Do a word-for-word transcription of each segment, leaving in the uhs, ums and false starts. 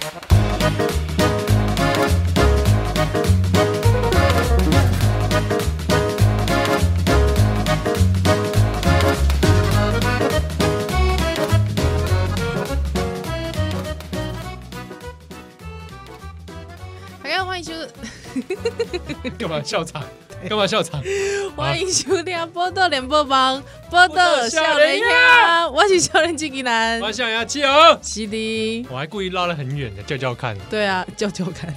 干嘛笑场？干嘛笑场？ 欢迎收听《报道联播网》，报道少年兄，我是少年机器人， 我想要七哦， 是的， 我还故意拉得很远的叫叫看。 对啊，叫叫看。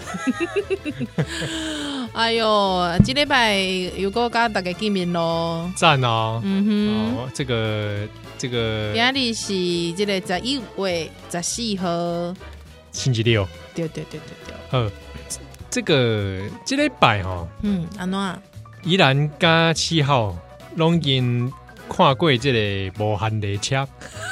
哎呦，这礼拜又跟大家见面咯， 赞哦！ 嗯哼， 哦，这个这个， 今日是这个十一月十四号， 星期六。 对对对对对。 呃，这个这礼拜哈， 嗯，安怎啊？ 宜兰加七号拢已经看过这个无限列车。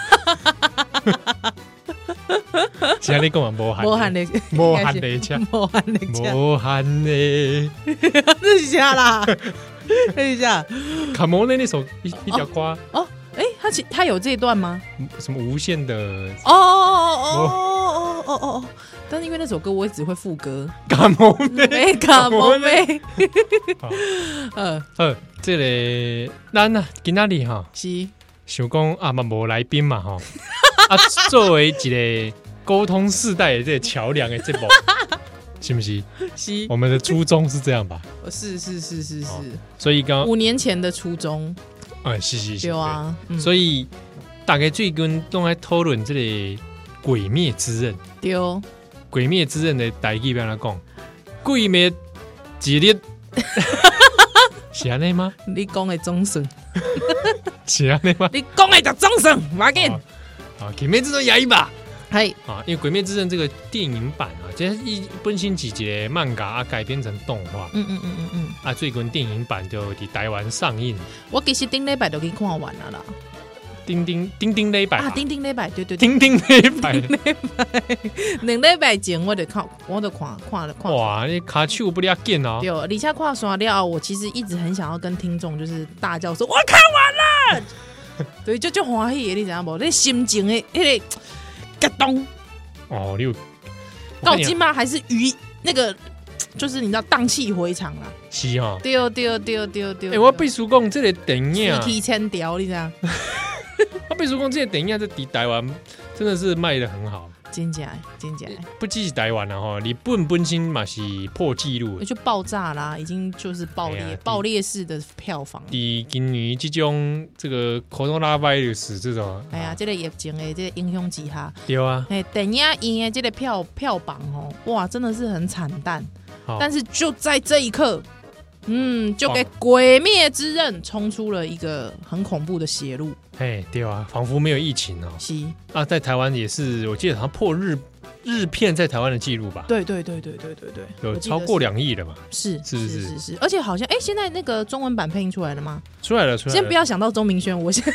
是安尼讲啊，无限无限列无限列车， 无限列车， 无限列， 这是啥啦？这是啥？ 卡摩那那首一一条歌哦，哎，他其他有这一段吗？ 什么无限的？ 哦哦哦哦哦哦哦！但是因为那首歌我也只会副歌， 卡摩妹， 卡摩妹。 呃呃，这个咱啊，今仔日哈是想讲啊嘛无来宾嘛哈，啊作为一个沟通世代的这个桥梁的这部，是不是？ 是， 我们的初衷是这样吧？ 是是是是是， 所以刚五年前的初衷， 哎是是是， 对啊， 所以大概最近都在讨论这个《鬼灭之刃》。 对。 鬼灭之刃的台语要怎讲？鬼灭之刃是安尼吗？ 你讲的忠顺是安尼吗？ 你讲的就忠顺，马紧啊！鬼灭之刃也一把， 系啊，因为鬼灭之刃这个电影版啊，这一本身是一个漫画啊改编成动画， 嗯嗯嗯嗯嗯， 啊，最近电影版就在台湾上映。 我其实顶礼拜就去看完了啦。 叮叮叮叮礼拜啊，叮叮礼拜，对对对， 叮叮礼拜， 两礼拜前我就看，我就看看了看。 哇，你卡手不了见哦！ 对，而且看刷了，我其实一直很想要跟听众就是大叫说，我看完了。对，就就欢喜的，你知道不？那心情的那个感动。 哦，你有到今吗？还是鱼那个？就是你知道荡气回肠啦， 是哈， 对对对对对。 哎，我必须讲这个电影提前调，你知道？ 我必须讲这个电影在台湾真的是卖的很好， 真假真假， 不只是台湾啦哈，日本本身嘛是破纪录， 就爆炸啦，已经就是爆裂、哎、爆裂式的票房。 第今年这种这个 coronavirus 这种， 哎呀，这个疫情的这个影响之下， 对啊， 哎，电影院的这个票票房哦，哇，真的是很惨淡。但是就在这一刻，嗯，就给《鬼灭之刃》冲出了一个很恐怖的血路。 哎，对啊，仿佛没有疫情哦。 是啊，在台湾也是，我记得好像破日日片在台湾的记录吧？ 对对对对对对对， 有超过两亿了嘛？ 是是是是是，而且好像哎，现在那个中文版配音出来了吗？ 出来了，出来了。 先不要想到钟明轩，我先，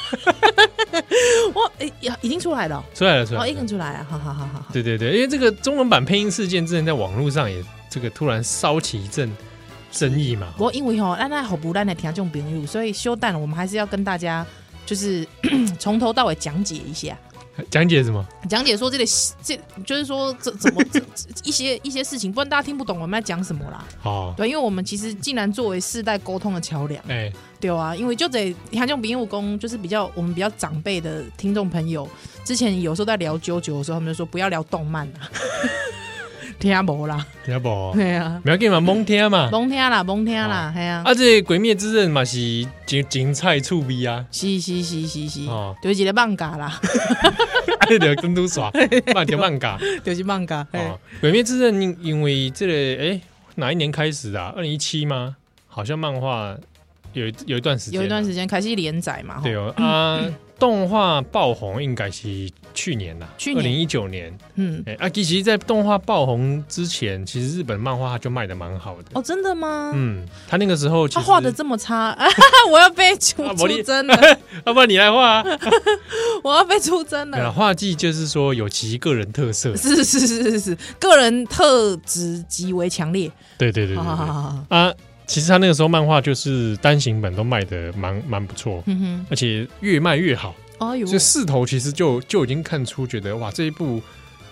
我哎已经出来了， 出来了，出来了， 哦，已经出来了，好好好好。 对对对，因为这个中文版配音事件之前在网络上也这个突然烧起一阵争议嘛。 不过因为吼，咱那好不咱的听众朋友，所以休蛋了，我们还是要跟大家就是从头到尾讲解一下。 讲解什么？ 讲解说这个这就是说这怎么这一些一些事情，不然大家听不懂我们在讲什么啦。 哦， 对，因为我们其实竟然作为世代沟通的桥梁， 哎， 对啊，因为就得听众朋友讲，就是比较我们比较长辈的听众朋友，之前有时候在聊啾啾的时候，他们就说不要聊动漫啊。听无啦， 听无， 对啊， 不要紧嘛，蒙听嘛， 蒙听啦，蒙听啦，系啊。 啊，这《鬼灭之刃》嘛是精精彩趣味啊， 是是是是是，哦，就是一个漫画啦， 啊，你就跟都耍，漫条漫画， 就是漫画。 哦，《鬼灭之刃》因因为这个哎哪一年开始啊？二零一七吗？好像漫画有有一段时间， 有一段时间开始连载嘛。 对哦啊，动画爆红应该是去年啦， 去年二零一九年。 嗯， 哎啊，其实，在动画爆红之前，其实日本漫画它就卖的蛮好的。 哦，真的吗？ 嗯，他那个时候他画的这么差，我要被出出征了。 要不然你来画啊， 我要被出征了。 画技就是说有其个人特色， 是是是是是，个人特质极为强烈。 对对对对对啊。其实他那个时候漫画就是单行本都卖的蛮蛮不错，嗯哼，而且越卖越好。哎呦，这势头其实就就已经看出，觉得哇，这一部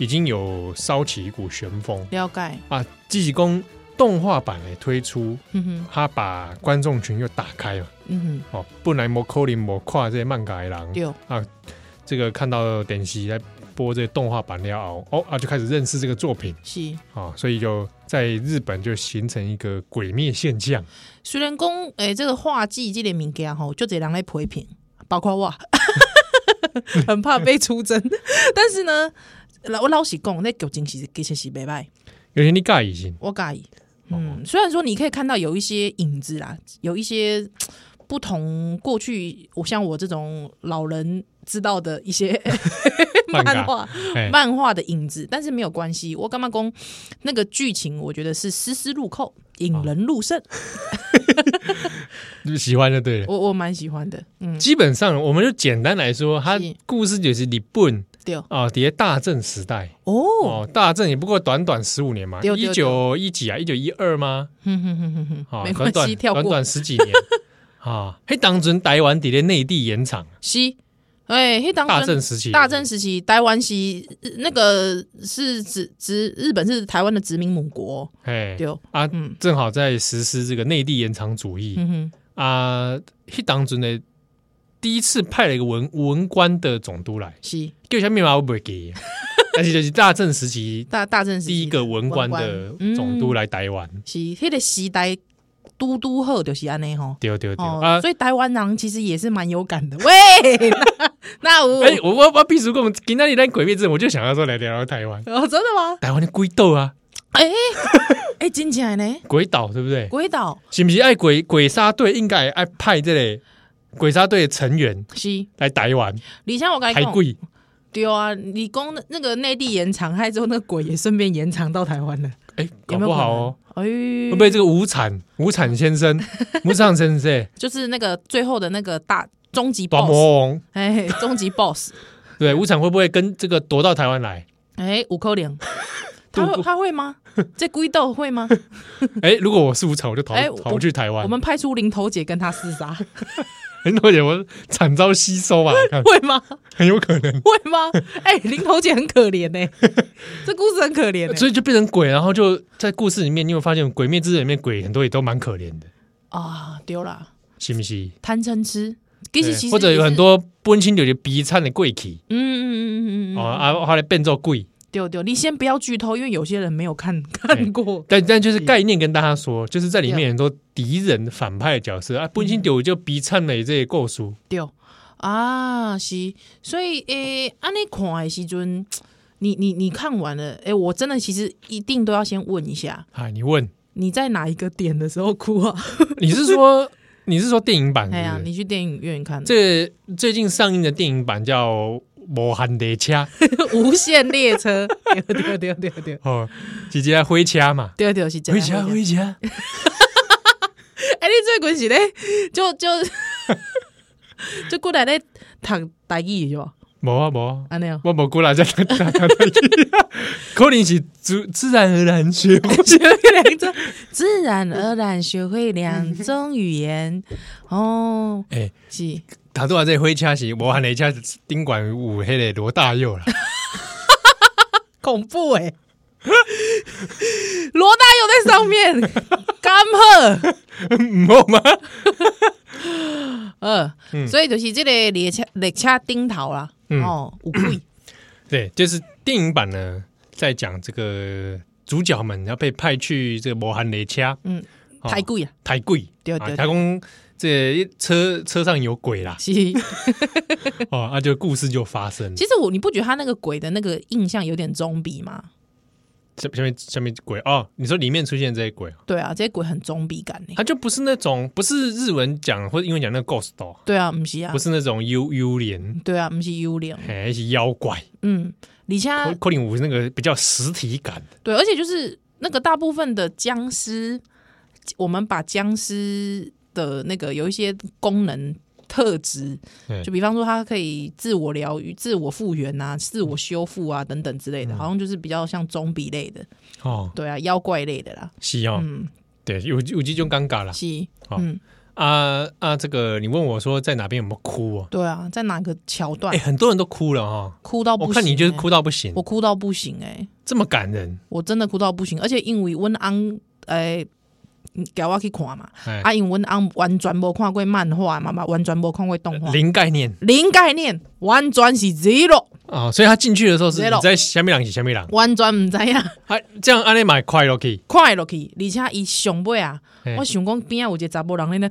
已经有烧起一股旋风了解啊。继续讲动画版的推出， 嗯哼他把观众群又打开了。 嗯哦，本来没可能没跨这些漫改的人哼，对啊，这个看到电视在播这个动画版了后，哦啊就开始认识这个作品是。 啊，所以就在日本就形成一个鬼灭现象。 虽然讲诶，这个画技这个物件吼，就这人来批评，包括我，很怕被出征。但是呢，我老实讲，那剧情其实其实是袂歹， 有些你介意是？ 我介意。嗯，虽然说你可以看到有一些影子啦，有一些不同过去我像我这种老人知道的一些漫画漫画的影子，但是没有关系。我干嘛讲那个剧情，我觉得是丝丝入扣，引人入胜。 哦、喜欢就对了， 我我蛮喜欢的。嗯， 基本上我们就简单来说，它故事就是日本。 对啊，底下大正时代哦, 哦，大正也不过短短十五年嘛，一九一几啊，一九一二吗？ 哼哼哼哼哼， 好， 没关系，跳过短短十几年啊。嘿，当阵台湾底下内地延长是，哎，嘿，当大正时期， 大正时期台湾是那个是殖殖日本是台湾的殖民母国， 哎， 对啊，嗯，正好在实施这个内地延长主义，嗯哼啊，嘿，当阵的。第一次派了一个文文官的总督来， 是叫什么名我不会记，但是就是大正时期大大正时期第一个文官的总督来台湾， 是迄个时代都都好就是安尼吼， 对对对、 哦啊， 所以台湾人其实也是蛮有感的。喂，那, 那我哎、欸，我我我必须讲，今天你来鬼灭之刃，我就想要说来聊聊台湾哦，真的吗？ 台湾的鬼岛啊， 哎哎，真正呢， 鬼岛对不对？ 鬼岛是不是爱鬼鬼杀队应该爱派这类？鬼杀队的成员是来台湾， 你像我跟你讲， 台鬼对啊，你讲那个内地延长，还之后那个鬼也顺便延长到台湾了， 哎、欸，搞不好哦， 哎， 会不会这个无产无产先生，无产先生就是那个最后的那个大终极 boss， 魔王， 哎，终极 boss， 对，无产会不会跟这个夺到台湾来？ 哎，五颗零，他会他会吗？这鬼斗会吗？ 哎、欸，如果我是无产，我就逃、欸、逃去台湾， 我们派出林头姐跟他厮杀。 林头姐，我惨遭吸收啊！ 会吗？ 很有可能会吗？哎、欸，林头姐很可怜呢、欸，这故事很可怜、欸， 所以就变成鬼，然后就在故事里面，你有发现《鬼灭之刃》里面鬼很多也都蛮可怜的啊，丢啦， 是不是？ 贪嗔痴，其实其实或者有很多本身就有悲惨的鬼气， 嗯嗯嗯嗯嗯， 哦啊，后来变做鬼。 对对，你先不要剧透，因为有些人没有看看过。 但但就是概念跟大家说，就是在里面很多敌人反派的角色啊，本身就就悲惨的这些故事。 对啊，是，所以诶，按你看的时阵，你你你看完了，诶，我真的其实一定都要先问一下。 啊，你问你在哪一个点的时候哭啊？ 你是说你是说电影版是不是？ 哎呀，你去电影院看。 这最近上映的电影版叫无限列车， 无限列车，对对对对对， 哦，直接火车嘛， 对对是这样，火车火车。 哎，你最近是咧，就就就过来咧读台语是吧？ 无啊无啊， 安尼哦， 我无过来在读台语，可能是自自然而然学会学会两种，自然而然学会两种语言哦。哎，是。 他都话这火车是无限列车顶管有迄个罗大佑啦， 恐怖哎、欸！罗大佑在上面，干喝唔好吗？ 呃，嗯、所以就是这个列车列车顶头啦，嗯、哦，有鬼。 对，就是电影版呢，在讲这个主角们要被派去这个无限列车，嗯， 太贵啊， 太贵， 对对， 他讲。这车车上有鬼啦， 是哦，那、啊、就故事就发生。 其实我你不觉得他那个鬼的那个印象有点中比吗？ 下下面下面鬼哦，你说里面出现这些鬼， 对啊，这些鬼很中比感呢。 它就不是那种不是日文讲或者英文讲那个 ghost 哦， 对啊，不是啊， 不是那种幽幽灵， 对啊，不是幽灵， 哎，是妖怪。 嗯，而且柯林五那个比较实体感， 对，而且就是那个大部分的僵尸，我们把僵尸的那个有一些功能特质，就比方说它可以自我疗愈、自我复原啊、自我修复啊等等之类的，嗯、好像就是比较像zombie比类的哦，对啊，妖怪类的啦， 是哦，嗯，对，有有这种尴尬啦， 是， 哦、 嗯啊啊，这个你问我说在哪边有没有哭啊？ 对啊，在哪个桥段？ 哎，很多人都哭了哈， 哭到不行、欸。 我看你就是哭到不行， 我哭到不行哎、欸， 这么感人， 我真的哭到不行，而且因为阮翁诶。叫我去看嘛，啊，因为阮翁完全无看过漫画嘛嘛，完全无看过动画， 零概念， 零概念，完全是 zero 啊、哦！所以他进去的时候是你在虾米人是虾米人， 完全唔知影。 啊，这样安尼买快落去， 快落去，而且伊上尾啊，我想讲边啊有一个查甫人咧呢，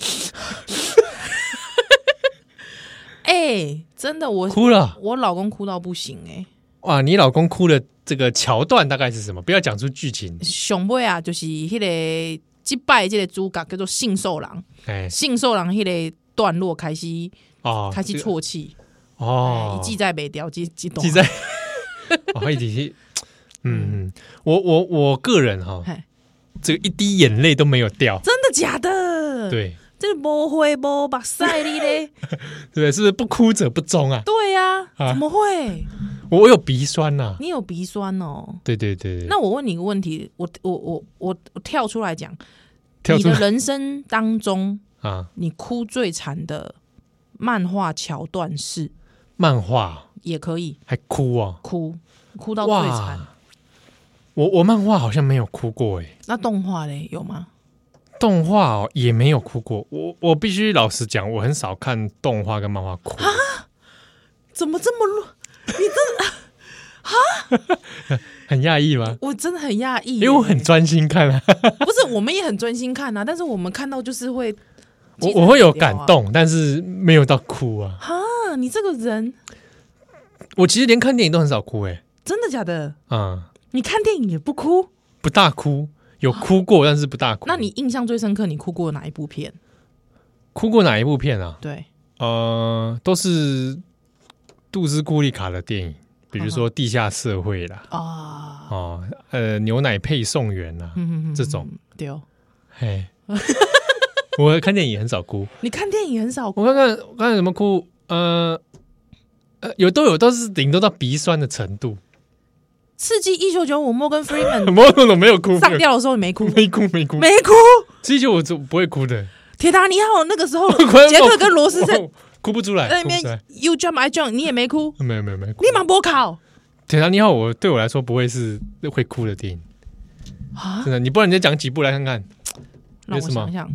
哎、欸，真的我哭了， 我老公哭到不行哎、欸！ 哇，你老公哭的这个桥段大概是什么？不要讲出剧情。 上尾啊，就是迄、那个。击败这个主角叫做信受郎，欸、信受郎迄个段落开始哦，开始啜泣哦，记在袂掉，记记记在哦，一直嗯嗯，我我我个人哈、哦，这个一滴眼泪都没有掉， 真的假的？ 对， 这无灰无目屎你嘞， 对，是不是不哭者不忠啊？ 对呀、啊，怎么会？ 我有鼻酸呐、啊， 你有鼻酸哦？ 对对 对, 對。 那我问你一个问题，我我我我我跳出来讲， 你的人生当中啊， 你哭最惨的漫画桥段是？ 漫画也可以， 还哭啊？ 哭哭到最惨。 我我漫画好像没有哭过哎、欸， 那动画嘞有吗？ 动画哦也没有哭过。我我必须老实讲，我很少看动画跟漫画哭啊？怎么这么乱？你真的哈很讶异吗？ 我真的很讶异， 因为我很专心看啊。 不是，我们也很专心看啊，但是我们看到就是会， 我我会有感动，但是没有到哭啊。 哈，你这个人， 我其实连看电影都很少哭哎、欸。 真的假的？ 嗯， 你看电影也不哭？ 不大哭，有哭过，但是不大哭。 那你印象最深刻，你哭过哪一部片？ 哭过哪一部片啊？ 对， 呃，都是杜斯库利卡的电影，比如说《地下社会》啦，啊，哦，呃，牛奶配送员啦，嗯、这种。 对哦， 嘿，我看电影很少哭。 你看电影很少哭？ 我看看，我看什么哭？呃，呃，有都有，都是顶多到鼻酸的程度。 刺激一九九五，摩根·弗里曼， 摩根没有哭， 上吊的时候你没哭， 没哭，没哭， 没哭。 刺激九五不会哭的。 铁达尼号那个时候，杰克跟罗斯在哭不出来， 那边 You jump I jump， 你也没哭， 没有没有没有， 你马波考。 铁达尼号我对我来说不会是会哭的电影啊，真的。你不然你再讲几部来看看， 让我想想，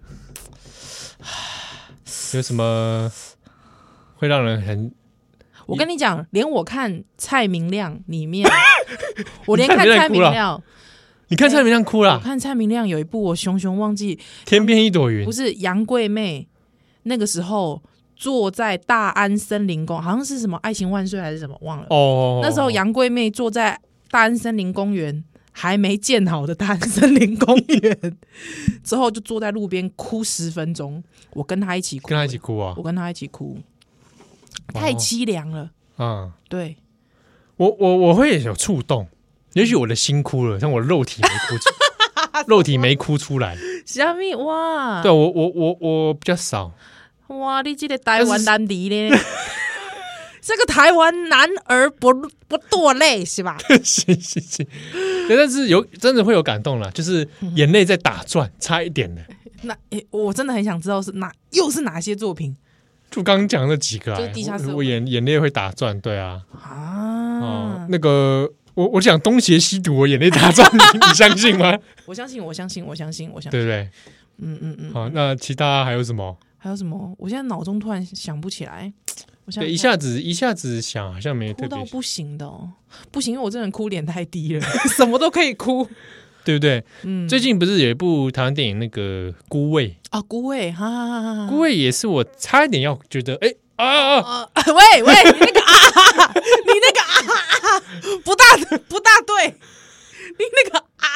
有什么会让人很？ 我跟你讲，连我看蔡明亮里面，我连看蔡明亮， 你看蔡明亮哭了。 我看蔡明亮有一部我熊熊忘记， 天边一朵云， 不是杨贵妹那个时候坐在大安森林公，好像是什么爱情万岁还是什么忘了哦。那时候杨贵妹坐在大安森林公园还没建好的大安森林公园之后，就坐在路边哭十分钟。我跟她一起哭， 跟她一起哭啊！ 我跟她一起哭。太凄凉了， 嗯， 对， 我我我会有触动，也許我的心哭了，但我肉體沒哭出，肉體沒哭出來。 什麼哇？ 對我我我我比較少。 哇，你這個台灣男兒呢？這個台灣男兒不不墮淚是吧？ 是是是，但是有真的會有感動啦，就是眼淚在打轉，差一點的。 那、欸、我真的很想知道是哪又是哪些作品。 就剛剛講那幾個啊， 就是地下社會， 我眼眼淚會打轉，對啊， 啊， 哦、那個我我講東邪西毒，我眼淚打轉，你, 你相信嗎？ 我相信，我相信，我相信，我相信， 對不對？ 嗯嗯嗯。 好，那其他還有什麼？ 還有什麼？我現在腦中突然想不起來。我想對，一下子一下子想，好像沒特別哭到不行的哦，不行，因為我這人哭點太低了，什麼都可以哭。 對不對？嗯，最近不是有一部台灣電影那個《孤味》 啊，《孤味》哈哈哈哈，《 孤味》也是我差一點要覺得，哎啊啊， 啊！喂喂，你那個啊，你那個啊啊，不大不大對，你那個啊，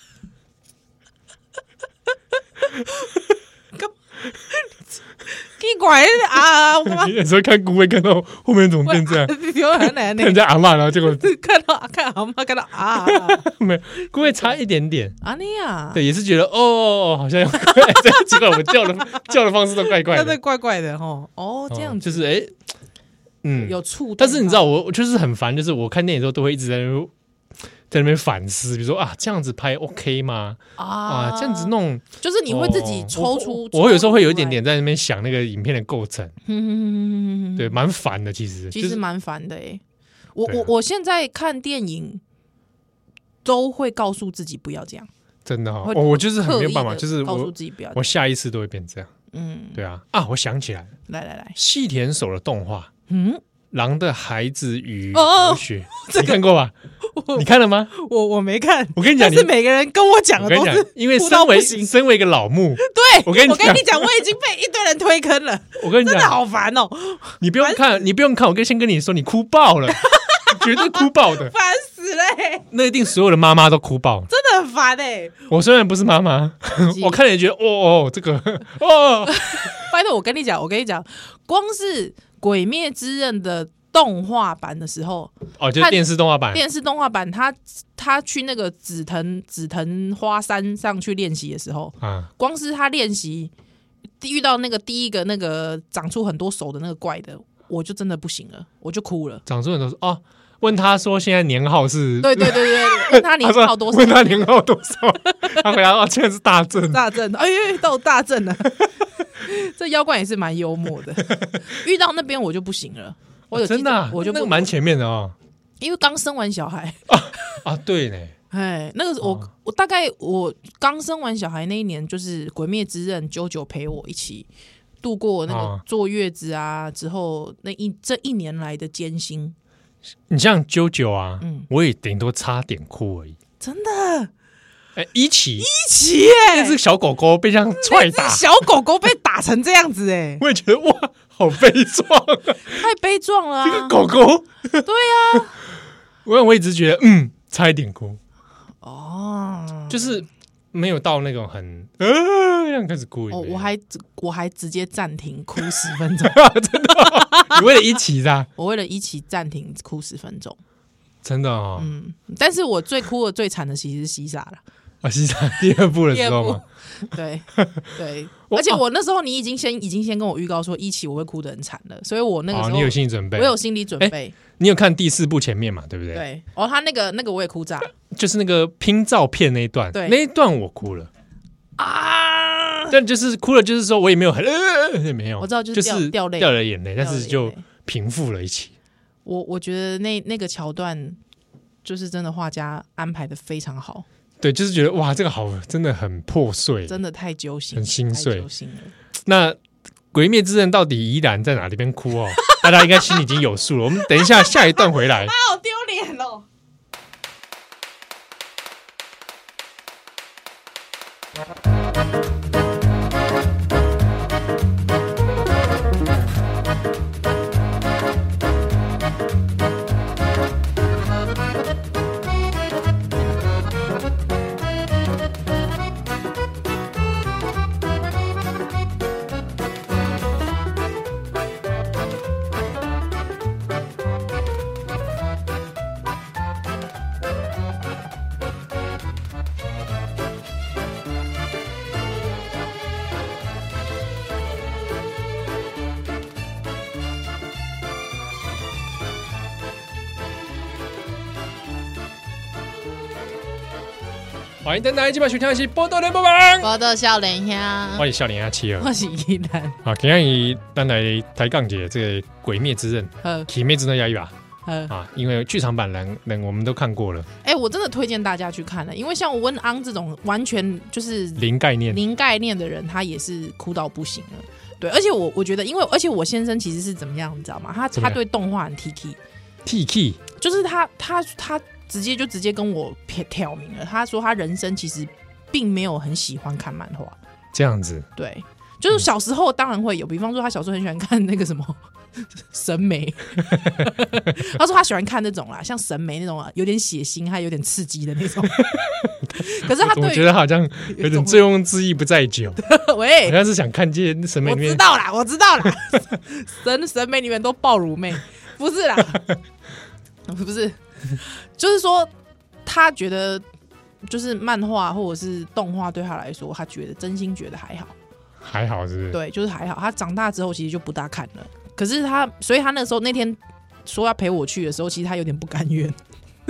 幹嘛？奇怪啊！我有時候看《孤味》看到後面怎麼變這樣？ 有很難呢。 人家阿嬤，然後結果看到看阿嬤，看到啊， 沒有《孤味》差一點點啊，你啊， 對，也是覺得哦，好像要怪，這樣奇怪，我叫的叫的方式都怪怪的， 對，怪怪的哦。哦，這樣就是哎，嗯， 有觸動。 但是你知道，我我就是很煩，就是我看電影的時候都會一直在在那边反思，比如说啊，这样子拍 OK 吗？啊, 啊，这样子弄， 就是你会自己抽出。 哦、我, 我有时候会有一点点在那边想那个影片的构成，嗯、对，蛮烦的。其实其实蛮烦的哎、欸。我、啊、我我现在看电影都会告诉自己不要这样。 真的哦，我就是很没有办法，就是我告诉自己不要， 我下意识都会变这样。嗯，对啊，啊，我想起来了， 来来来， 细田守的动画，嗯，《狼的孩子与哲学》，你看过吧？你看了吗？ 我我没看。 我跟你讲， 但是每个人跟我讲的都是， 因为身为身为一个老木， 对我跟你我跟你讲，我已经被一堆人推坑了。 我跟你讲， 真的好烦哦！ 你不用看，你不用看，我跟先跟你说，你哭爆了，绝对哭爆的， 烦死了、欸！ 那一定所有的妈妈都哭爆， 真的很烦哎、欸！ 我虽然不是妈妈，我看了也觉得，哦哦，这个哦， 拜托，我跟你讲，我跟你讲，光是《鬼灭之刃》的动画版的时候， 哦，就是电视动画版， 电视动画版，他他去那个紫藤紫藤花山上去练习的时候，啊，光是他练习遇到那个第一个那个长出很多手的那个怪的，我就真的不行了，我就哭了。 长出很多手哦。问他说：“现在年号是？” 对对对对，问他年号多少？ 问他年号多少？他回答：“哦，现在是大正， 大正。”哎呀，到大正了。这妖怪也是蛮幽默的。遇到那边我就不行了，我有、 哦、真的、啊， 我就那个蛮前面的哦。 因为刚生完小孩啊啊，对呢。 哎，那个我、哦、我大概我刚生完小孩那一年，就是《鬼灭之刃》啾啾陪我一起度过那个坐月子啊、哦、之后那一这一年来的艰辛。 你像啾啾啊、嗯，我也顶多差点哭而已。 真的， 哎、欸，一起一起耶！ 那只小狗狗被这样踹打， 小狗狗被打成这样子哎， 我也觉得哇，好悲壮、啊， 太悲壮了、啊。 这个狗狗， 对呀、啊， 我我一直觉得嗯，差一点哭哦， 就是没有到那种很呃这样开始哭。 哦，我还我还直接暂停哭十分钟， 真的、哦。你为了一起的， 我为了一起暂停哭十分钟， 真的哦。 嗯，但是我最哭的最惨的其实是西萨了。 啊，西萨第二部的时候吗？ 对对，而且我那时候你已经先已经先跟我预告说一起我会哭得很惨了，所以我那个时候、哦、 你有心理准备， 我有心理准备。 你有看第四部前面嘛？对不对？ 对，哦，他那个那个我也哭炸， 就是那个拼照片那一段， 对， 那一段我哭了啊，但就是哭了，就是说我也没有很呃，没有， 我知道就是掉、 就是、 掉泪掉了眼泪，但是就平复了一起。 我我觉得那那个桥段就是真的画家安排的非常好， 对，就是觉得哇，这个好真的很破碎， 真的太揪心， 很心碎， 太揪心了。 那《鬼灭之刃》到底宜兰在哪里边哭哦？大家应该心里已经有数了。我们等一下下一段回来， 啊，好丢脸哦。 欢迎大家今晚收听的是《波多连播榜》， 我的笑脸兄， 我是笑脸阿七儿， 我是依兰。 好，今天咱来抬杠姐这个《鬼灭之刃》，《鬼灭之刃》要一把啊，因为剧场版人人我们都看过了。 哎、欸，我真的推荐大家去看了，因为像温昂这种完全就是零概念、 零概念的人，他也是哭到不行了。对，而且我我觉得，因为而且我先生其实是怎么样，你知道吗？他他对动画很 T K T K， 就是他他他直接就直接跟我挑明了，他说他人生其实并没有很喜欢看漫画， 这样子。 对，就是小时候当然会有，比方说他小时候很喜欢看那个什么神眉，他说他喜欢看那种啦，像神眉那种啊，有点血腥还有点刺激的那种。可是他对我觉得好像有点醉翁之意不在酒， 喂， 好像是想看见神眉里面。 我知道啦，我知道啦，神神眉里面都爆乳妹，不是啦，不是，就是说他觉得就是漫画或者是动画对他来说，他觉得真心觉得还好， 还好是不是？ 对，就是还好。他长大之后其实就不大看了，可是他，所以他那时候那天说要陪我去的时候，其实他有点不甘愿。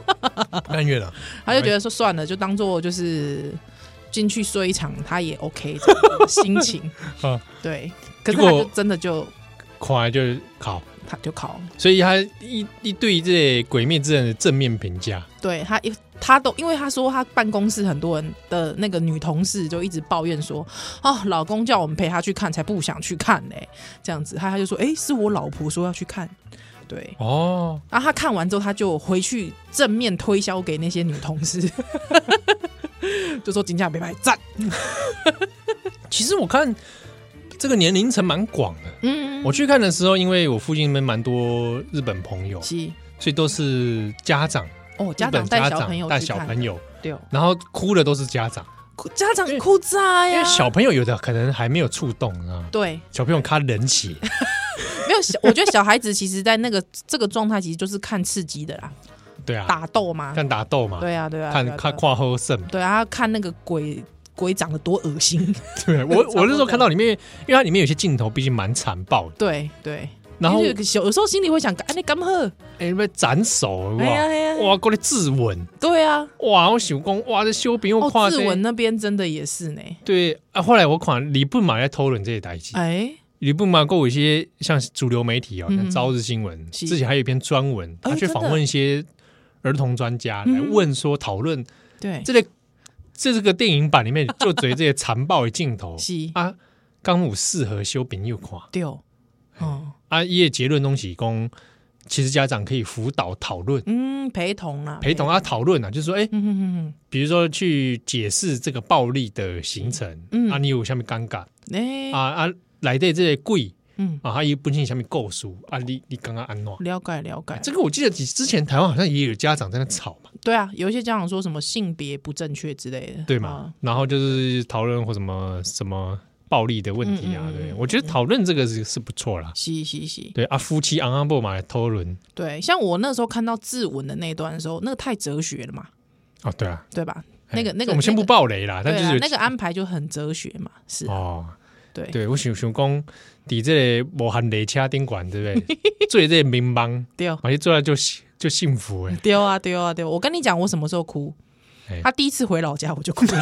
甘愿了， 他就觉得说算了，就当做就是进去睡一场，他也 OK 这样的心情啊，对。可是他就真的就快就考， 他就考， 所以他一一对这《鬼灭之刃》的正面评价， 对他一他都因为他说他办公室很多人的那个女同事就一直抱怨说，哦，老公叫我们陪他去看，才不想去看嘞、欸，这样子，他他就说，哎、欸，是我老婆说要去看。对哦，然后他看完之后，他就回去正面推销给那些女同事，就说金价没买赞。 其实我看这个年龄层蛮广的，嗯，我去看的时候，因为我附近那边蛮多日本朋友，所以都是家长哦，家长带小朋友带小朋友， 对， 然后哭的都是家长。 家长哭渣呀， 因为小朋友有的可能还没有触动啊， 对， 小朋友看冷血， 没有，我觉得小孩子其实在那个这个状态，其实就是看刺激的啦， 对啊， 打斗嘛， 看打斗嘛， 对啊，对啊， 看看跨后胜， 对啊，看那个鬼鬼长得多恶心， 对我我那时候看到里面，因为它里面有些镜头毕竟蛮残暴的， 对对。 然后有时候心里会想，哎，你干嘛？ 哎，你被斩首哇！哇，过来自刎。 对啊， 哇，我想讲，哇，这修兵又跨自刎那边真的也是呢。 对啊，后来我看日本嘛在讨论这些代志。哎，日本嘛，跟有一些像主流媒体哦，像朝日新闻，之前还有一篇专文，他去访问一些儿童专家来问说，讨论对这个这个电影版里面就追这些残暴的镜头啊，刚有适合修兵又看对哦。 哦，啊，一些结论东西公，其实家长可以辅导讨论， 嗯，陪同啊， 陪同啊，讨论啊，就是说，哎、欸，嗯哼哼，比如说去解释这个暴力的形成，嗯，啊，你有下面尴尬，哎、欸，啊啊，来的这些贵，嗯，啊，还有本身下面构书啊，你你刚刚安诺了解了解， 这个我记得之前台湾好像也有家长在那吵嘛， 对啊，有一些家长说什么性别不正确之类的， 对嘛，啊、然后就是讨论或什么什么。暴力的问题啊，嗯嗯对，我觉得讨论这个是是不错啦。 是是是， 对啊，夫妻昂昂不嘛讨论。 对，像我那时候看到自刎的那段的时候，那个太哲学了嘛。 哦，对啊， 对吧？那个那个， 我们先不爆雷啦，但就是那个安排就很哲学嘛，是哦。对对，我想想讲，伫这个无限列车顶管，对不对？做这个民帮，对，而且做来就就幸福哎。 对啊，对啊，对，我跟你讲，我什么时候哭？他第一次回老家，我就哭了。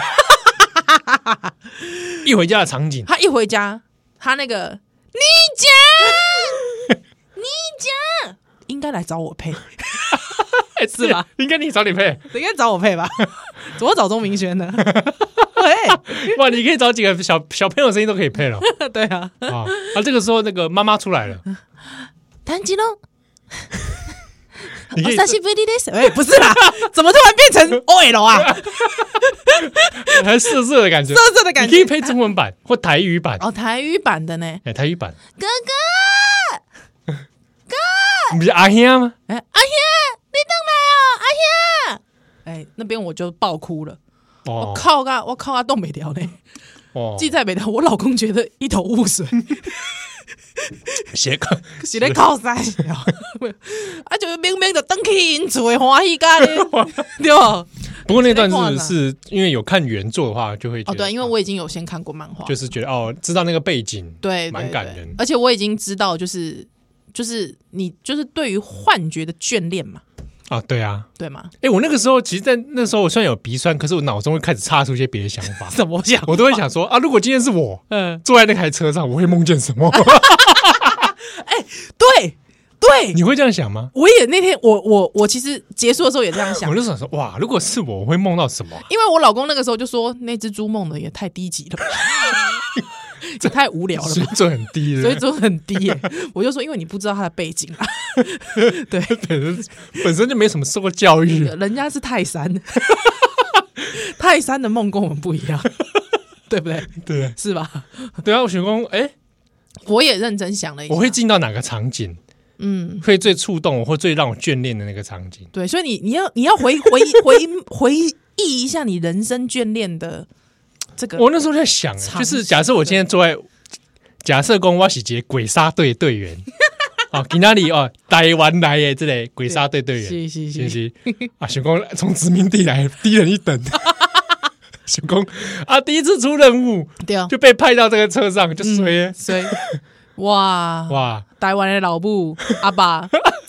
一回家的场景， 他一回家，他那个你家，你家应该来找我配，是吧？ 应该你找你配， 应该找我配吧？怎么找钟明轩呢？喂， 哇，你可以找几个小小朋友声音都可以配了。 对啊， 啊，啊，这个时候那个妈妈出来了， 谭吉龙。我久しぶりです。哎，不是啦，怎么突然变成 O L 啊？ 还涩涩的感觉， 涩涩的感觉。 你可以配中文版或台语版哦，台语版的呢？ 哎，台语版。 哥哥， 哥，不是阿兄吗？ 哎，阿兄，你等来哦，阿兄。哎，那边我就爆哭了。我靠啊！我靠啊！冻没掉呢。哦，记在没掉，我老公觉得一头雾水。 写靠写在靠山啊，就是明明就登去因厝的欢喜咖哩，对吧？ 不过那段是是因为有看原作的话，就会觉得哦，对，因为我已经有先看过漫画， 就是觉得哦，知道那个背景， 对， 蛮感人。 而且我已经知道，就是就是你就是对于幻觉的眷恋嘛。 啊，对啊， 对吗？ 哎、欸，我那个时候其实，在那时候我虽然有鼻酸，可是我脑中会开始插出一些别的想法。 怎么想？ 我都会想说啊，如果今天是我，嗯，坐在那台车上，我会梦见什么？ 哎、欸，对对， 你会这样想吗？ 我也那天，我我我其实结束的时候也这样想。 我就想说，哇，如果是我，我会梦到什么、啊？ 因为我老公那个时候就说，那只猪梦的也太低级了。这太无聊了， 水准很低， 水准很低耶！我就说，因为你不知道他的背景啊，对， 本身本身就没什么受过教育， 人家是泰山，泰山的梦跟我们不一样，对不对？ 对， 是吧？ 对啊，我想说，哎，我也认真想了一下， 我会进到哪个场景？嗯，会最触动我，或最让我眷恋的那个场景。 对，所以你你要你要回回回回忆一下你人生眷恋的。这个我那时候在想，就是假设我今天坐在，假设讲我是一个鬼杀队队员，哦，去哪里哦，台湾来的这类鬼杀队队员， 是是是是啊，想讲从殖民地来，低人一等，想讲啊，第一次出任务，就被派到这个车上，就衰衰， 哇哇，台湾的老母阿爸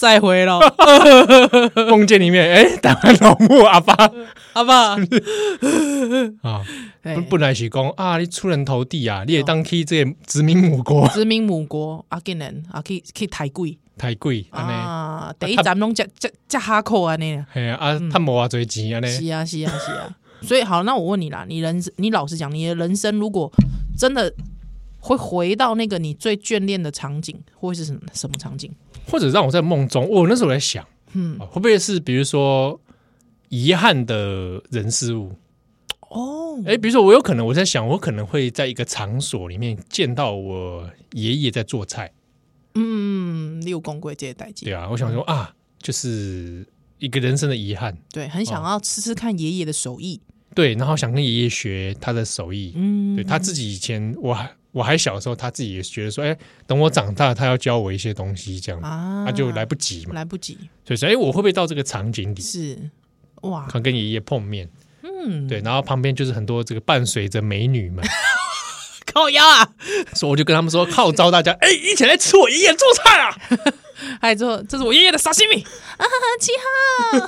再会了。 梦见里面，哎、欸，台湾老母阿爸， 阿爸啊，本本来是讲啊，你出人头地啊，你也当去这个殖民母国， 殖民母国啊，竟然啊，去去太贵， 太贵啊，第一站拢加加加哈扣安尼， 系啊，啊，他无偌多钱安尼， 是啊，是啊，是啊。所以好，那我问你啦，你人你老实讲，你的人生如果真的会回到那个你最眷恋的场景，会是什么什么场景？ 或者让我在梦中，我那时候在想，嗯，会不会是比如说遗憾的人事物？哦，哎、欸，比如说我有可能我在想，我可能会在一个场所里面见到我爷爷在做菜。 嗯，你有讲过这些代志？ 对啊，我想说啊，就是一个人生的遗憾。 对，很想要吃吃看爷爷的手艺。对， 然后想跟爷爷学他的手艺。嗯，对他自己以前我还我还小的时候，他自己也觉得说，哎、欸，等我长大，他要教我一些东西，这样啊，他就来不及嘛， 来不及。 所以说，哎、欸，我会不会到这个场景里？ 是哇， 可能跟爷爷碰面。嗯，对，然后旁边就是很多这个伴随着美女们。 靠腰啊！ 所以我就跟他们说，号召大家，哎、欸，一起来吃我爷爷做菜啊！ 还做，这是我爷爷的沙西米啊！七号，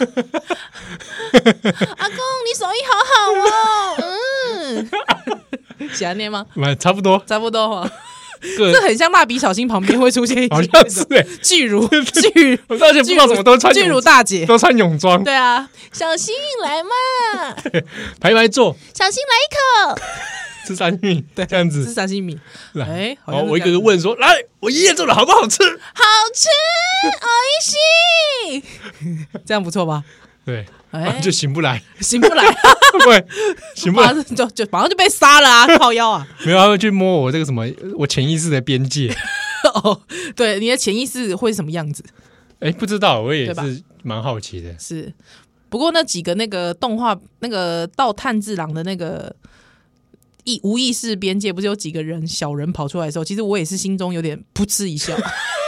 阿公，你手艺好好哦。嗯，喜欢念吗？ 差不多， 差不多哈。这很像蜡笔小新旁边会出现一好像是哎、欸， 巨乳巨， 而且不知道怎么都穿巨乳大姐都穿泳装。 对啊，小新来嘛， 排排坐， 小新来一口。 吃沙西米，对，这样子吃沙西米。哎，好我一个个问说：“来，我爷爷做的好不好吃？” 好吃，おいしい。这样不错吧？ 对，哎，就醒不来， 醒不来， 对，醒不来， 就就马上就被杀了啊！靠腰啊！ 没有，他会去摸我这个什么，我潜意识的边界。 哦，对，你的潜意识会是什么样子？ 哎，不知道，我也是蛮好奇的。 是，不过那几个那个动画，那个到炭治郎的那个。意无意识边界不是有几个人小人跑出来的时候，其实我也是心中有点噗嗤一笑，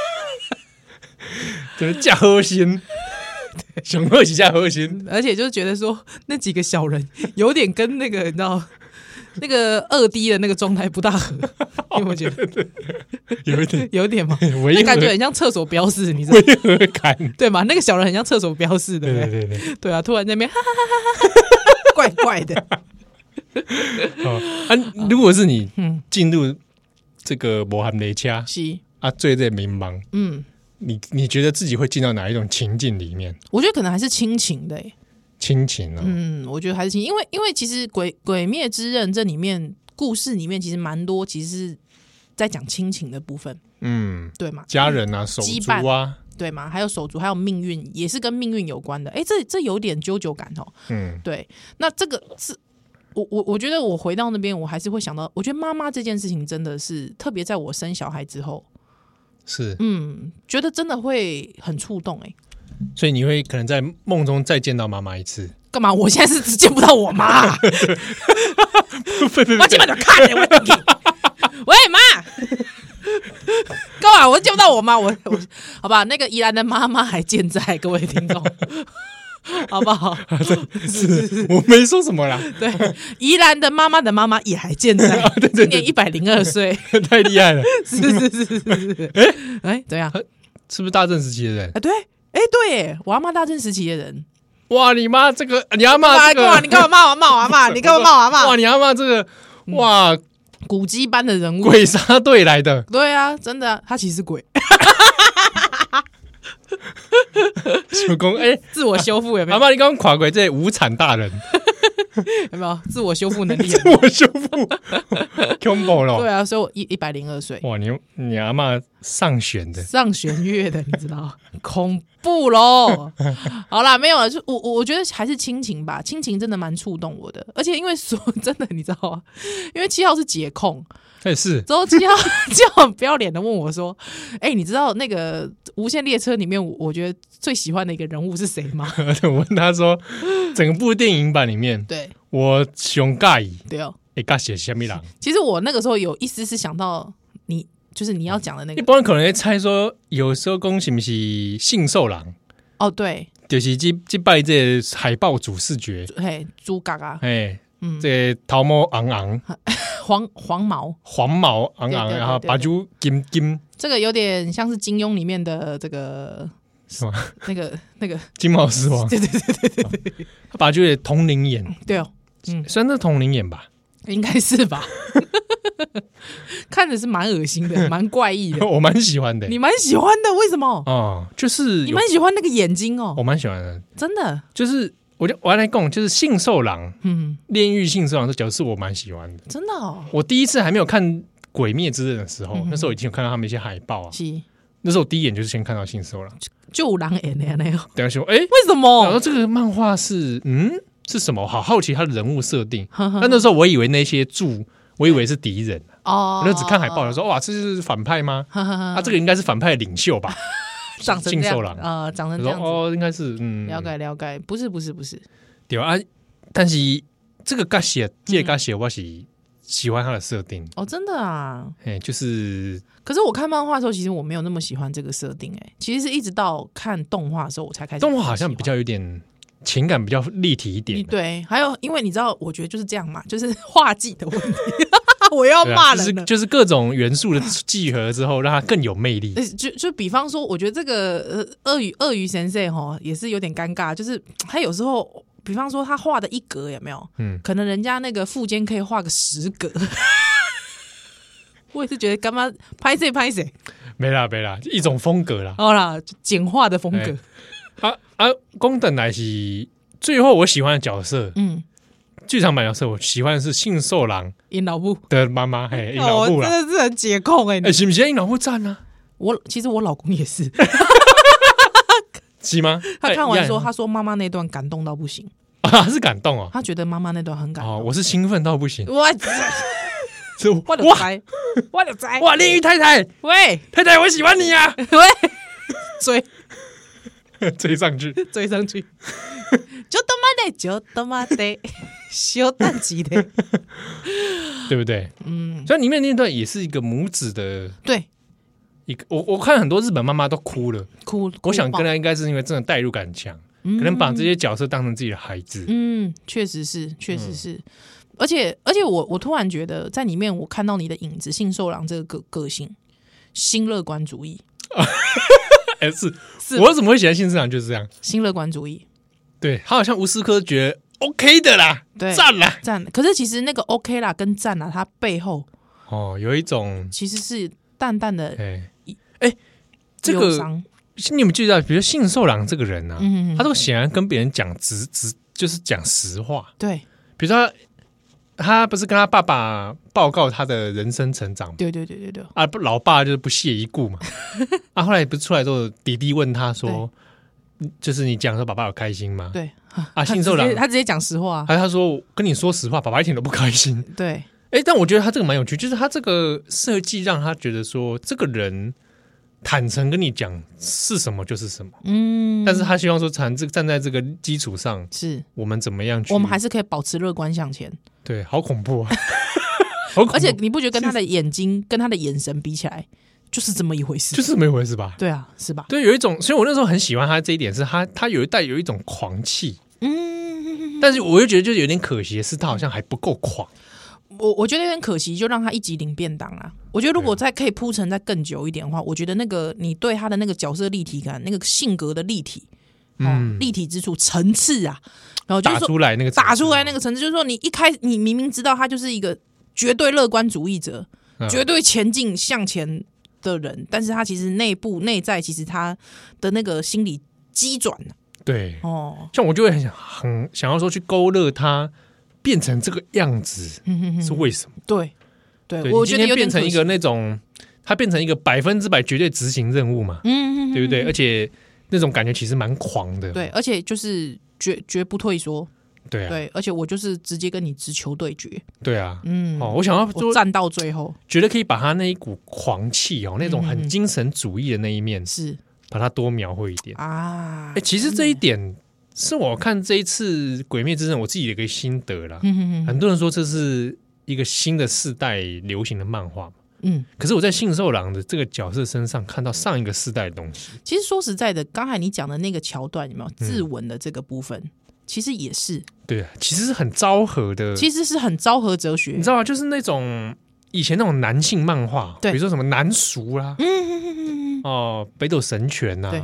就是假核心，想喝几下核心， 而且就觉得说那几个小人有点跟那个你知道那个二 D 的那个状态不大合，因为我觉得有一点有点嘛，那感觉很像厕所标示，你知道吗？ 违和感， 对嘛？那个小人很像厕所标示的， 对对对对啊！突然在那边哈哈哈哈哈，怪怪的。 哦啊！如果是你进入这个摩韩雷恰，是啊，醉在迷茫，嗯，你你觉得自己会进到哪一种情境里面？ 我觉得可能还是亲情的、欸， 亲情啊、哦， 嗯，我觉得还是亲，因为因为其实鬼《鬼灭之刃》这里面故事里面其实蛮多，其实是在讲亲情的部分，嗯，对嘛， 家人啊，手足啊。 对嘛？还有手足，还有命运，也是跟命运有关的。哎、欸，这这有点啾啾感哦。嗯，对。那这个是我我我觉得我回到那边，我还是会想到，我觉得妈妈这件事情真的是特别，在我生小孩之后， 是嗯，觉得真的会很触动哎、欸。 所以你会可能在梦中再见到妈妈一次？ 干嘛？我现在是见不到我妈，我基本就看了，我喂妈。干嘛？我见不到我妈，我我好吧？那个宜兰的妈妈还健在，各位听众，好不好？ 是是，我没说什么啦。 对，宜兰的妈妈的妈妈也还健在，对对对，今年一百零二岁， 太厉害了。 是是是是是，哎哎，怎样？ 是不是大正时期的人？ 啊，对，哎对，我阿妈大正时期的人。 哇，你妈这个，你阿妈这个， 你干嘛骂我骂我阿妈？你干嘛骂我阿妈？ 哇，你阿妈这个，哇。 古迹般的人物， 鬼杀队来的， 对啊，真的、啊，他其实是鬼。 手工哎， 自我修复有没有？ 阿妈，你刚刚跨过这无产大人有没有自我修复能力？ 自我修复恐怖了。 对啊，所以我一一百零二岁。 哇，你你阿妈上弦的， 上弦月的，你知道？恐怖喽！好啦，没有了，就我我我觉得还是亲情吧，亲情真的蛮触动我的，而且因为说真的，你知道吗？因为七号是解控。 也是， 之后七号七号很不要脸的问我说：“哎、欸，你知道那个无限列车里面，我觉得最喜欢的一个人物是谁吗？” 我问他说：“整部电影版里面， 对我熊介意， 对哦， 会介写什么人？” 其实我那个时候有一丝是想到你，就是你要讲的那个。 一般人可能会猜说，有时候讲是不是信受郎？ 哦，对， 就是这这拜这海豹主视觉， 嘿，猪嘎嘎， 嘿，嗯，这头毛昂昂。 黄黄毛， 黄毛昂昂，然后把珠金金， 这个有点像是金庸里面的这个是吗？ 那个那个金毛狮王， 对对对对对对对， 他把它就有点通灵眼， 对哦，嗯， 虽然那通灵眼吧， 应该是吧。看着是蛮恶心的，蛮怪异的。 我蛮喜欢的， 你蛮喜欢的，为什么？ 哦，就是你蛮喜欢那个眼睛哦， 我蛮喜欢的， 真的。 就是我就我要来讲，就是杏寿郎，嗯，炼狱杏寿郎这角色我蛮喜欢的， 真的哦。 我第一次还没有看《鬼灭之刃》的时候，嗯、那时候已经有看到他们一些海报啊。是，那时候我第一眼就是先看到杏寿郎， 就狼眼的那个。 等下说，哎、欸，为什么？ 然后这个漫画是嗯是什么？我好好奇他的人物设定。但那时候我以为那些柱，我以为是敌人。哦，我就只看海报，说哇，这是反派吗？啊，这个应该是反派的领袖吧？ 长成这样，呃，长成这样子， 哦，应该是，嗯， 了解了解，不是不是不是， 对啊，但是这个尬写，这个尬写，我是喜欢他的设定哦，真的啊， 哎，就是， 可是我看漫画的时候，其实我没有那么喜欢这个设定，哎，其实是一直到看动画的时候，我才开始。 动画好像比较有点情感比较立体一点， 对，还有因为你知道，我觉得就是这样嘛，就是画技的问题。我要骂人了、 啊就是，就是各种元素的集合之后，让它更有魅力。 就就比方说，我觉得这个呃鳄鱼鳄鱼先生哈也是有点尴尬，就是他有时候，比方说他画的一格有没有？嗯，可能人家那个附件可以画个十格。我也是觉得干嘛拍谁拍谁， 没啦没啦，一种风格啦。 好啦，简化的风格。 欸、啊啊，公等来是最后我喜欢的角色，嗯。剧场版角色，我喜欢的是杏寿郎尹老布的妈妈，嘿，尹老布啦， 真的是很解控哎、欸， 哎、欸，是不是尹老布赞啊？ 我其实我老公也是， 是吗？ 他看完说，他说妈妈那段感动到不行啊，他是感动啊， 他觉得妈妈那段很感动， 哦、我是兴奋到不行， 我，我就猜，我就猜， 哇，炼狱太太， 喂， 太太，我喜欢你啊， 喂，追追上去， 追上去，就他妈的，就他妈的。小蛋鸡的， 对不对？嗯，所以里面那段也是一个母子的， 对， 一个我我看很多日本妈妈都哭了， 哭。 我想跟他应该是因为真的代入感强，嗯、可能把这些角色当成自己的孩子。 嗯，确实是，确实是。嗯、而且而且我我突然觉得在里面我看到你的影子，杏寿郎这个个个性，新乐观主义。 哎、欸，是是，我怎么会喜欢杏寿郎？就是这样， 新乐观主义。 对他好像无时刻觉得。OK 的啦，赞啦， 赞。可是其实那个 OK 啦跟赞啦，它背后哦有一种其实是淡淡的哎哎、欸，这个你有没有记得？比如杏寿郎这个人呢、啊，嗯、他都显然跟别人讲直直，就是讲实话。 对， 比如说他他不是跟他爸爸报告他的人生成长， 对对对对对啊，不，老爸就是不屑一顾嘛。啊，后来不是出来之后，弟弟问他说。就是你讲说爸爸有开心吗？ 对啊，杏寿郎他直接讲实话、啊， 还他说跟你说实话，爸爸一点都不开心。 对， 哎、欸，但我觉得他这个蛮有趣，就是他这个设计让他觉得说这个人坦诚跟你讲是什么就是什么，嗯，但是他希望说站这站在这个基础上，是我们怎么样去， 我们还是可以保持乐观向前。 对，好恐怖啊！好恐怖， 而且你不觉得跟他的眼睛跟他的眼神比起来？就是这么一回事， 就是这么一回事吧？ 对啊，是吧？ 对，有一种，所以我那时候很喜欢他这一点，是他他有一带有一种狂气，嗯，但是我又觉得就是有点可惜的是，他好像还不够狂。 我我觉得有点可惜，就让他一集领便当啊。我觉得如果再可以铺陈再更久一点的话，我觉得那个你对他的那个角色立体感，那个性格的立体，哦、嗯，立体之处层次啊，然后就是打出来那个打出来那个层次，就是说你一开你明明知道他就是一个绝对乐观主义者，嗯、绝对前进向前。的人，但是他其实内部内在其实他的那个心理机转， 对哦，像我就会很想很想要说去勾勒他变成这个样子是为什么？ 对 对, 对，我觉得有点变成一个那种他变成一个百分之百绝对执行任务嘛，嗯，对不对？而且那种感觉其实蛮狂的， 对，而且就是绝绝不退缩。 对啊， 对，而且我就是直接跟你直球对决。 对啊，嗯，哦，我想要我战到最后， 觉得可以把他那一股狂气哦，那种很精神主义的那一面，是、嗯、把它多描绘一点啊。哎、欸，其实这一点是我看这一次《鬼灭之刃》我自己的一个心得啦。嗯哼哼，很多人说这是一个新的世代流行的漫画嘛。嗯，可是我在杏寿郎的这个角色身上看到上一个世代的东西。 其实说实在的，刚才你讲的那个桥段有没有自文的这个部分？嗯，其实也是对，其实是很昭和的， 其实是很昭和哲学， 你知道吗？就是那种以前那种男性漫画，比如说什么男塾啦，嗯嗯嗯嗯哦，北斗神拳呐、啊，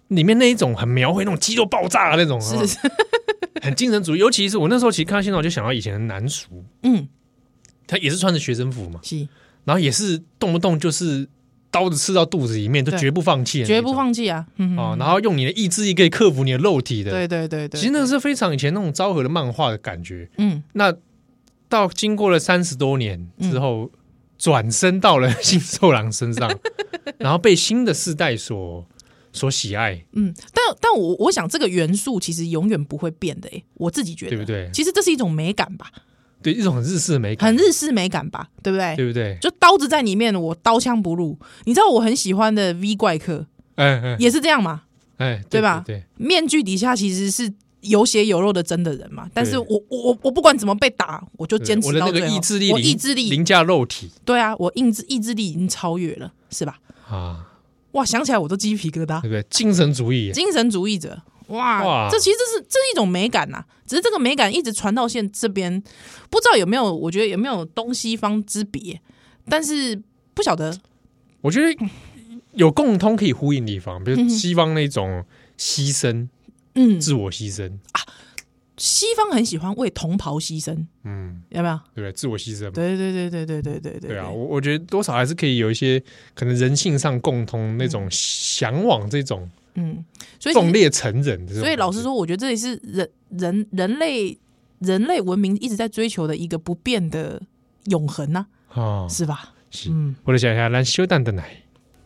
里面那一种很描绘那种肌肉爆炸的那种，是是很精神主义。尤其是我那时候其实看到现在，我就想到以前的南叔，嗯，他也是穿着学生服嘛，是，然后也是动不动就是刀子刺到肚子里面，就绝不放弃， 绝不放弃啊！嗯哦，然后用你的意志力可以克服你的肉体的， 对对对对。 其实那个是非常以前那种昭和的漫画的感觉。嗯，那到经过了三十多年之后，转身到了新受郎身上，然后被新的世代所所喜爱。 嗯，但但我我想这个元素其实永远不会变的，哎，我自己觉得， 对不对？ 其实这是一种美感吧。 对，一种很日式的美感， 很日式美感吧，对不对？ 对不对？ 就刀子在里面，我刀枪不入。你知道我很喜欢的 V 怪客，哎哎，也是这样嘛，哎，对吧？对，面具底下其实是有血有肉的真的人嘛，但是我我我不管怎么被打，我就坚持到最后。 我的那个意志力， 我意志力凌驾肉体。 对啊，我意志意志力已经超越了，是吧？啊，哇，想起来我都鸡皮疙瘩， 对不对？精神主义， 精神主义者。哇，哇这其实是这是一种美感呐、啊，只是这个美感一直传到现这边，不知道有没有？我觉得有没有东西方之别？但是不晓得。 我觉得有共通可以呼应的地方，比如西方那种牺牲，嗯，自我牺牲啊， 西方很喜欢为同袍牺牲，嗯，有没有？ 对不对？自我牺牲， 对对对对对对对对。 对啊，我我觉得多少还是可以有一些可能人性上共通那种向往这种。嗯，所以壮烈成人， 所以老实说，我觉得这也是人人人类人类文明一直在追求的一个不变的永恒呐、啊，哦，是吧？ 是，嗯，我来想一下，咱小蛋的奶。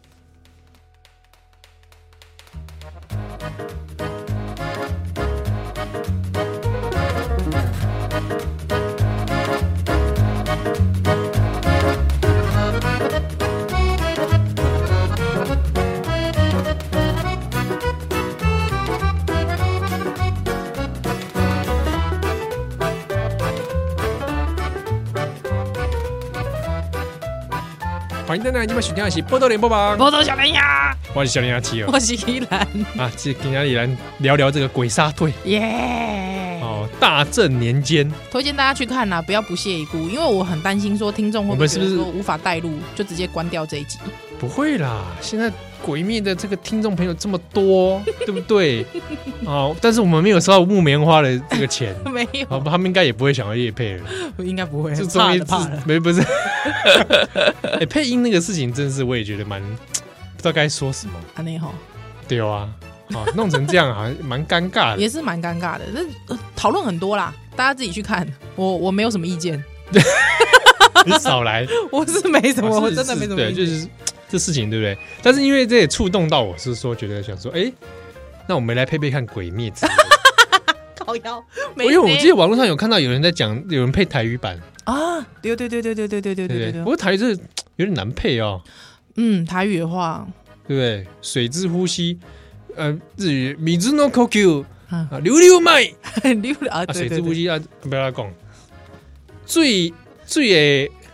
欢迎大家今晚收听的是《波多连播榜》， 波多小林呀， 我是小林呀七哦， 我是依兰啊，今天来来聊聊这个鬼杀队耶。Yeah! 哦，大正年间， 推荐大家去看啦，不要不屑一顾，因为我很担心说听众会不会觉得说无法带入，就直接关掉这一集。 不会啦，现在鬼灭的这个听众朋友这么多，对不对？哦，但是我们没有收到木棉花的这个钱， 没有， 哦，他们应该也不会想要业配了， 应该不会， 就终于没不是。欸、配音那个事情，真是我也觉得蛮不知道该说什么。 啊，那好， 对啊，哦，弄成这样好像蛮尴尬的， 也是蛮尴尬的。那讨论很多啦，大家自己去看，我我没有什么意见。 你少来， 我是没什么，啊、我真的没什么意见。 对，就是这事情，对不对？但是因为这也触动到我，是说觉得想说，哎、欸，那我们来配配看《鬼灭之刃》。 靠腰， 因为我记得网络上有看到有人在讲，有人配台语版啊，对对对对对对对对对对。 不过台语这有点难配哦。 嗯，台语的话， 对不对？水之呼吸，呃，日语米之 no kokyu 啊，流流麦， 流流啊， 水之呼吸啊，不要来讲，最最的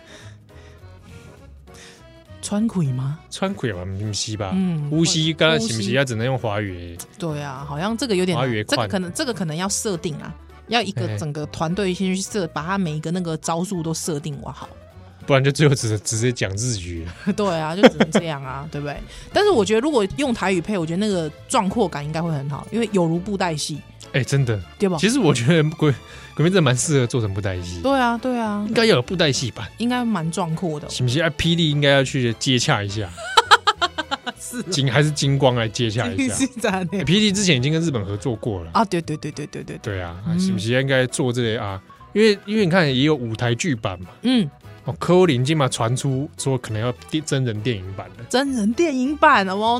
川葵吗？ 川葵嘛，不是吧？嗯，呼吸刚刚是不是要只能用华语？ 对啊，好像这个有点，这个可能这个可能要设定啊，要一个整个团队先去设，把它每一个那个招数都设定完好， 不然就最后只直接讲日语了。 对啊，就只能这样啊，对不对？但是我觉得如果用台语配，我觉得那个壮阔感应该会很好，因为有如布袋戏。 哎、欸，真的， 对吧？ 其实我觉得鬼鬼灭真的蛮适合做成布袋戏。 对啊，对啊， 应该要有布袋戏版， 应该蛮壮阔的。 是不是？哎，霹雳应该要去接洽一下，是金还是金光来接洽一下？霹雳之前已经跟日本合作过了啊！对对对对对对对啊！嗯、是不是应该做这类啊？因为因为你看也有舞台剧版嘛，嗯。哦，柯林今嘛传出说可能要真人电影版的， 真人电影版哦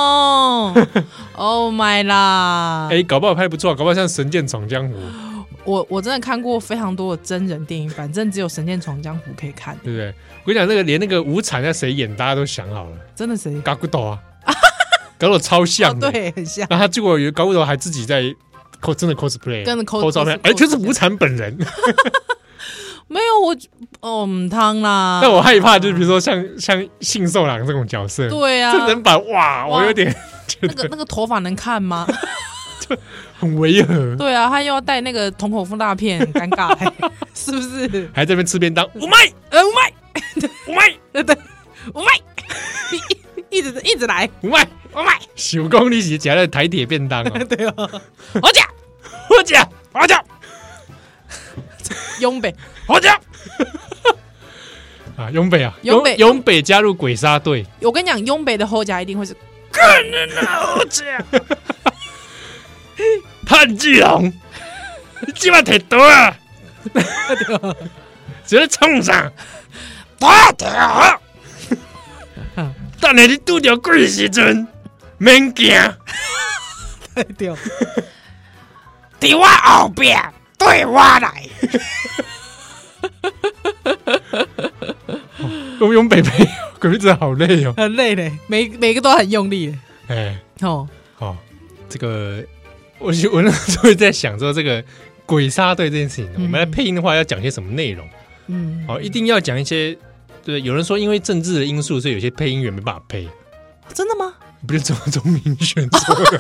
no，Oh my 啦！ 哎、欸，搞不好拍不错，搞不好像《神剑闯江湖》。 我我真的看过非常多的真人电影版，真的只有《神剑闯江湖》可以看， 对不对？我跟你讲，那个连那个无惨要谁演，大家都想好了， 真的谁？ 嘎古斗啊，嘎古斗超像的、 哦，对，很像。 然后他结果有嘎古斗还自己在 cos 真的 cosplay， 跟着 cos 照片，哎、欸，就是无惨本人。 没有我，哦，唔汤啦。 但我害怕，就是比如说像像信受郎这种角色， 对啊， 这人版哇，我有点觉得那个那个头发能看吗？ 就很违和。 对啊，他又要戴那个瞳孔放大片，很尴尬、欸，是不是？ 还在那边吃便当，五麦， 呃，五麦， 五麦， 对对，五麦。 一直一直来， 五买我买， 手工你是夹了台铁便当哦， 对哦，我夹， 我夹，我夹， 永北， 我夹。啊，永北啊， 永北永北加入鬼杀队。 我跟你讲，永北的后夹一定会是更人的后夹。炭治龙，你今晚摕刀啊！直接冲上，打掉！等下你拄着鬼时阵，免惊。 对， 伫我后边对我来。我永北北鬼子好累哦， 很累嘞，每每个都很用力。 哎， 哦哦，这个我我那时候在想说，这个鬼杀队这件事情，嗯、我们来配音的话要讲些什么内容？嗯，哦，一定要讲一些。对，有人说因为政治的因素，所以有些配音员没办法配。 真的吗？ 不是周钟明轩说的、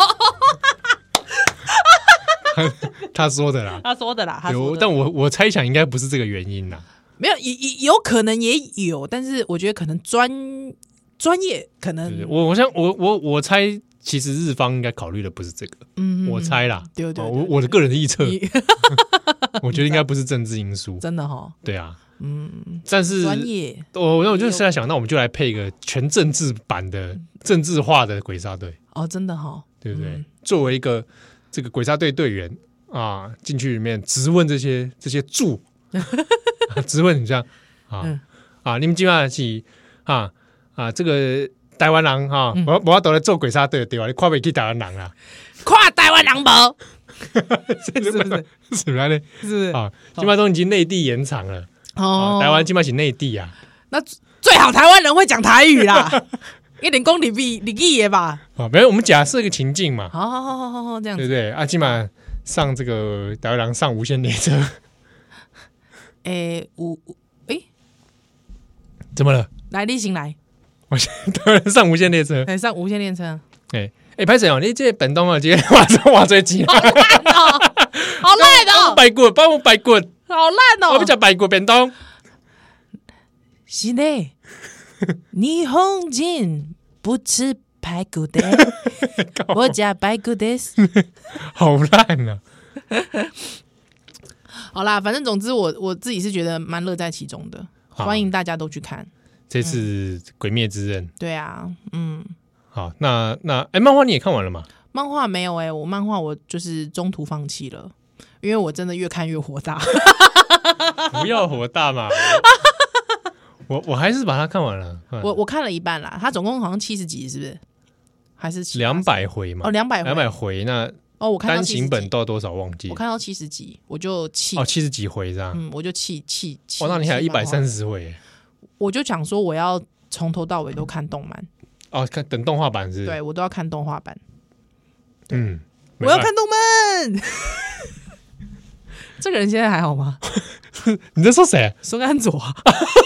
啊他，他说的啦， 他说的啦，他说的但我我猜想应该不是这个原因啦。 没有，也有可能也有，但是我觉得可能专专业可能， 对对我我想我我我猜，其实日方应该考虑的不是这个，嗯，我猜啦， 对对对， 我我的个人的臆测，我觉得应该不是政治因素， 真的哈， 对啊， 嗯， 但是专业， 我那我就现在想，那我们就来配一个全政治版的政治化的鬼杀队， 哦，真的哈， 对不对？作为一个这个鬼杀队队员啊，进去里面质问这些这些柱。质问你这样啊、嗯、啊！你们今晚是啊啊这个台湾人哈、嗯，我我都来做鬼杀队对吧？你看不起台湾人啦？ 看台湾人无？ 是不是？是不是？ 是不是啊？今晚都已经内地延长了哦，台湾今晚是内地啊。 那最好台湾人会讲台语啦，一点公理必理义也吧？ 啊，没有，我们假设一个情境嘛。 好好好好好好，这样对不对？啊，今晚上这个台湾人上无线列车。 诶，有诶， 怎么了？ 来，你先来。 我现在上无线列车， 来上无线列车。 诶诶，拍谁哦？你这本东啊，今天哇这哇最急， 好烂哦，好烂哦， 排骨，帮我排骨， 好烂哦， 我不吃排骨便当。 是的，日本人不吃排骨的，我吃排骨的， 好烂啊！ 好啦，反正总之我我自己是觉得蛮乐在其中的，欢迎大家都去看。 这次《鬼灭之刃》 对啊，嗯， 好，那那哎，漫画你也看完了吗？ 漫画没有哎、欸，我漫画我就是中途放弃了，因为我真的越看越火大。 不要火大嘛！我我还是把它看完了。 我我看了一半啦，它总共好像七十集，是不是？还是两百回嘛？ 哦，两百两百回那。 哦，我看到单行本到多少忘记？ 我看到七十集，我就气哦，七十几回这样， 嗯，我就气气气。 哦，那你还有一百三十回， 我就想说我要从头到尾都看动漫。 哦，看等动画版是？ 对，我都要看动画版。 嗯， 我要看动漫。这个人现在还好吗？ 你在说谁？ 孙安佐啊。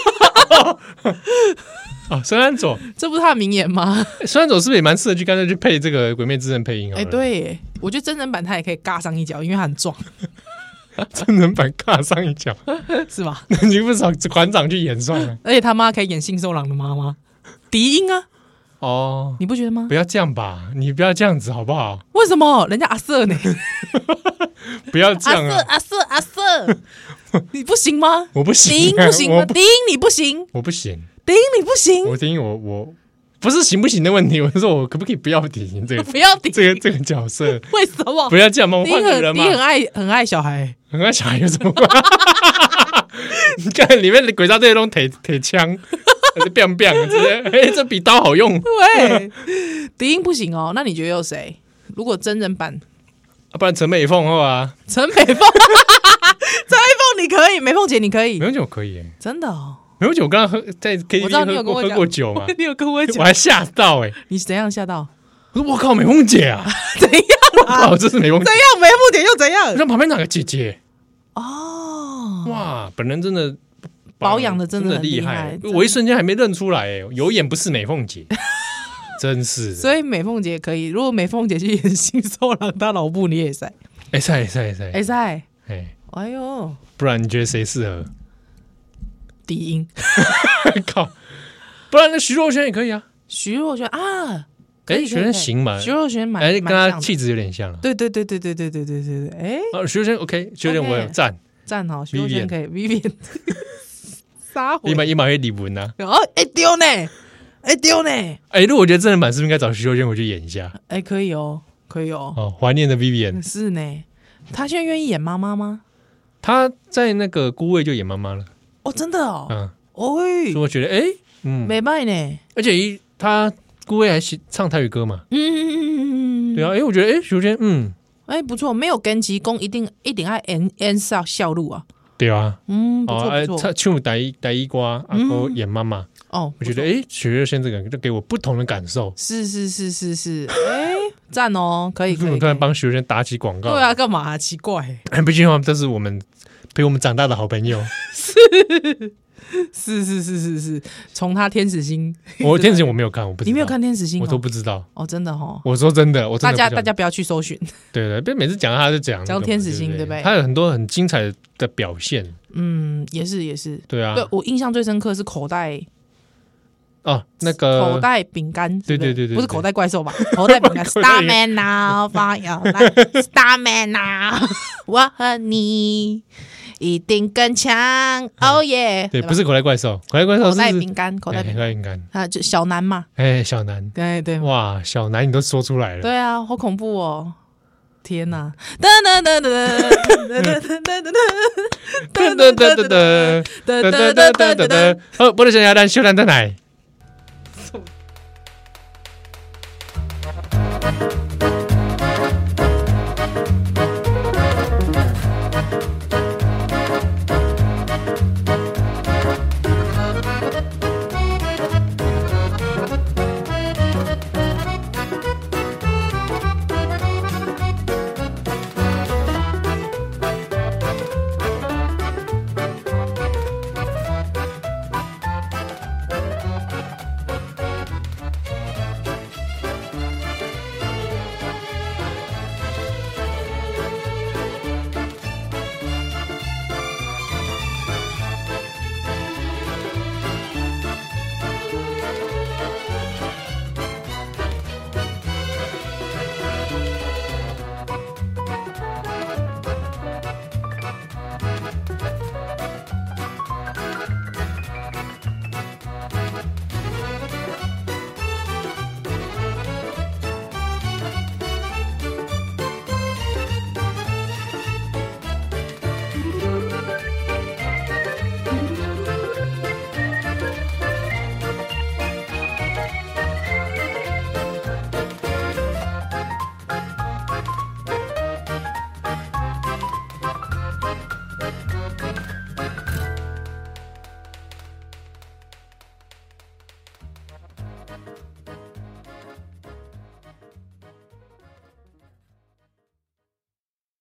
哦，孙安佐， 这不是他的名言吗？ 孙安佐是不是也蛮适合去干脆去配这个《鬼灭之刃》配音啊？ 哎、欸，对，我觉得真人版他也可以尬上一脚，因为他很壮。 真人版尬上一脚是吧？ 你不找馆长去演算了。 而且他妈可以演信受郎的妈妈，笛音啊。 哦， 你不觉得吗？ 不要这样吧，你不要这样子好不好？ 为什么？人家阿瑟呢？ 不要这样啊！ 阿瑟阿瑟阿瑟，你不行吗？ 我不行、啊， 笛音不行吗？笛音你不行， 我不行。 笛音你不行， 我笛音我我不是行不行的问题，我是说我可不可以不要笛音这个不要笛这个这个角色？ 为什么？ 不要这样嘛，我换个人嘛。 笛音很爱很爱小孩， 很爱小孩有什么？你看里面的鬼杀队那种铁铁枪，变变直接，哎、欸，这比刀好用。 对，笛音不行哦。那你觉得有谁？如果真人版， 啊、不然陈美凤好啊？ 陈美凤，陈美凤你可以，美凤姐你可以， 美凤姐我可以、欸， 真的哦。 美凤姐我刚刚喝在 K T V 喝过喝过酒嘛， 你有跟我讲， 我还吓到哎、欸！ 你怎样吓到？ 我说我靠，美凤姐啊， 怎样啊？ 哇，这是美凤姐， 怎样？美凤姐又怎样？ 那旁边哪个姐姐？ 哦， 哇，本人真的保养的真的厉害，我一瞬间还没认出来哎、欸，有眼不是美凤姐，真是。 所以美凤姐可以，如果美凤姐去演新受郎他老布，你也塞， 哎塞塞塞， 哎塞， 哎， 哎呦， 不然你觉得谁适合？ 笛音， 靠，不然那徐若瑄也可以啊。 徐若瑄啊， 哎，徐若瑄行嘛， 徐若瑄蛮哎，跟她气质有点像， 对对对对对对对对对对，哎， 啊，徐若瑄 OK， 徐若瑄我有赞赞好，徐若瑄可以 ，Vivian， 撒谎， 一马一马会李玟呐， 哦，哎丢呢，哎丢呢， 哎，如果我觉得真人版是不是应该找徐若瑄回去演一下？ 哎，可以哦，可以哦， 哦，怀念的 Vivian 是呢，她现在愿意演妈妈吗？ 她在那个孤味就演妈妈了， 哦，真的哦， 嗯， 哦， 所以我觉得哎，嗯， 没败呢， 而且一她孤味还唱台语歌嘛， 嗯嗯嗯嗯嗯，对啊，哎，我觉得哎，徐若瑄，嗯， 哎不错，没有跟其功，一定一定爱演演上笑路啊。 对啊， 嗯，不错不错， 唱台台语歌，然后演妈妈， 哦， 我觉得哎，徐若瑄这个就给我不同的感受， 是是是是是，哎，赞哦，可以可以， 突然帮徐若瑄打起广告， 对啊，干嘛奇怪？ 毕竟他们都是我们陪我们长大的好朋友， 是是是是是是，从他天使星， 我天使星我没有看，我不知道， 你没有看天使星， 我都不知道哦，真的哈， 我说真的，我大家大家不要去搜寻， 对对，别每次讲他就讲讲天使星，对不对？ 他有很多很精彩的表现， 嗯，也是也是， 对啊， 对我印象最深刻是口袋。 哦，那个口袋饼干， 对对对对， 不是口袋怪兽吧？口袋饼干 ，Starman now， 发摇篮 ，Starman now， 我和你一定更强，哦耶！ 对，不是口袋怪兽，口袋怪兽口袋饼干，口袋饼干， 啊，就小南嘛， 哎，小南， 对对， 哇，小南你都说出来了， 对啊，好恐怖哦！天哪！噔噔噔噔噔噔噔噔噔噔噔噔噔噔噔噔噔噔噔， 好，我的小鸭蛋秀蛋蛋奶。